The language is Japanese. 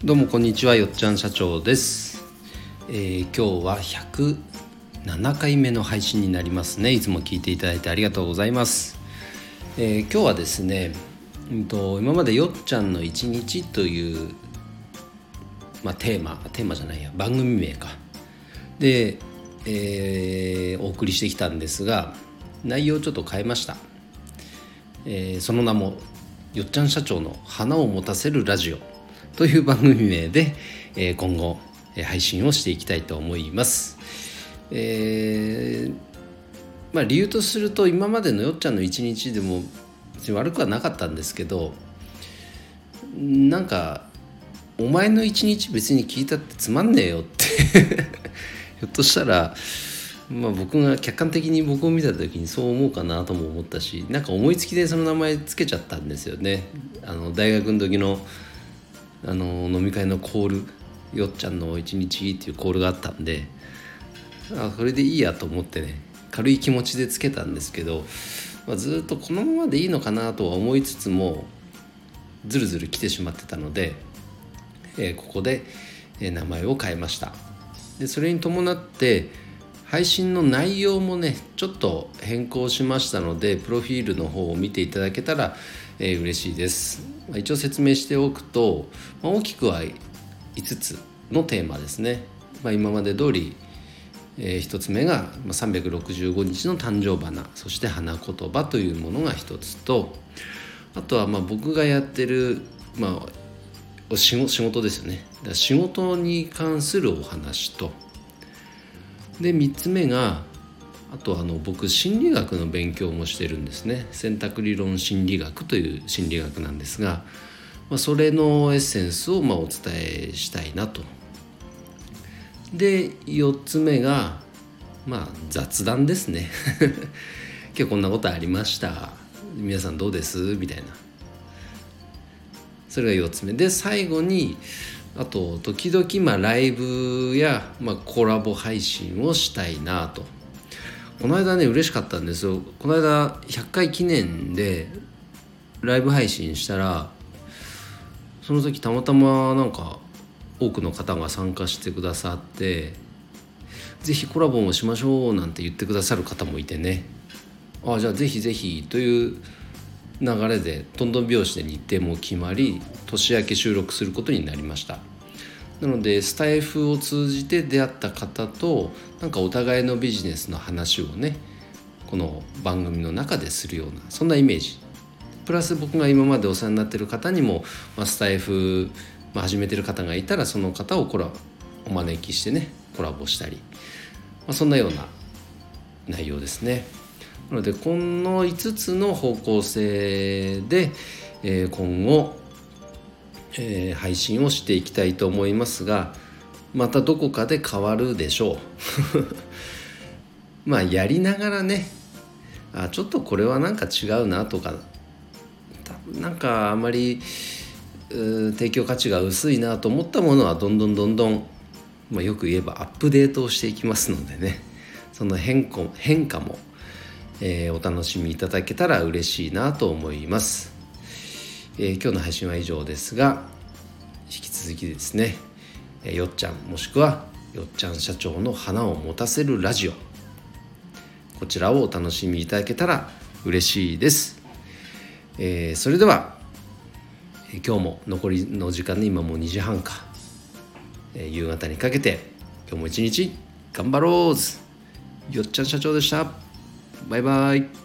どうもこんにちは、よっちゃん社長です。今日は107回目の配信になりますね。いつも聞いていただいてありがとうございます。今日はですね、今までよっちゃんの一日という、テーマじゃないや番組名かで、お送りしてきたんですが、内容をちょっと変えました。その名もよっちゃん社長の花を持たせるラジオという番組名で、今後配信をしていきたいと思います。理由とすると、今までのよっちゃんの一日でも別に悪くはなかったんですけど、なんかお前の一日別に聞いたってつまんねえよってひょっとしたら僕が客観的に僕を見た時にそう思うかなとも思ったし、なんか思いつきでその名前つけちゃったんですよね。大学の時の飲み会のコール、よっちゃんの一日っていうコールがあったんで、それでいいやと思ってね、軽い気持ちでつけたんですけど、ずっとこのままでいいのかなとは思いつつも、ずるずる来てしまってたので、ここで名前を変えました。でそれに伴って配信の内容もねちょっと変更しましたので、プロフィールの方を見ていただけたら、嬉しいです。一応説明しておくと、大きくは5つのテーマですね。今まで通り、1つ目が365日の誕生花、そして花言葉というものが1つと、あとは僕がやってる、仕事ですよね。仕事に関するお話と、で3つ目が、あと僕心理学の勉強もしてるんですね。選択理論心理学という心理学なんですが、それのエッセンスをお伝えしたいなと。で4つ目が雑談ですね今日こんなことありました、皆さんどうですみたいな、それが4つ目で、最後にあと時々ライブやコラボ配信をしたいなと。この間ね嬉しかったんですよ。この間100回記念でライブ配信したら、その時たまたま多くの方が参加してくださって、ぜひコラボもしましょうなんて言ってくださる方もいてね、じゃあぜひぜひという流れでどんどん拍子で日程も決まり、年明け収録することになりました。なのでスタイフを通じて出会った方とお互いのビジネスの話をね、この番組の中でするような、そんなイメージ。プラス僕が今までお世話になっている方にも、スタイフ、始めてる方がいたらその方をお招きしてねコラボしたり、そんなような内容ですね。なのでこの5つの方向性で、今後、配信をしていきたいと思いますが、またどこかで変わるでしょうやりながらね、ちょっとこれは違うなとか、あまり提供価値が薄いなと思ったものはどんどん、よく言えばアップデートをしていきますのでね、その変化も、お楽しみいただけたら嬉しいなと思います。今日の配信は以上ですが、引き続きですね、よっちゃんもしくはよっちゃん社長の花を持たせるラジオ、こちらをお楽しみいただけたら嬉しいです。それでは今日も残りの時間で、今もう2時半か、夕方にかけて今日も一日頑張ろう。よっちゃん社長でした。バイバイ。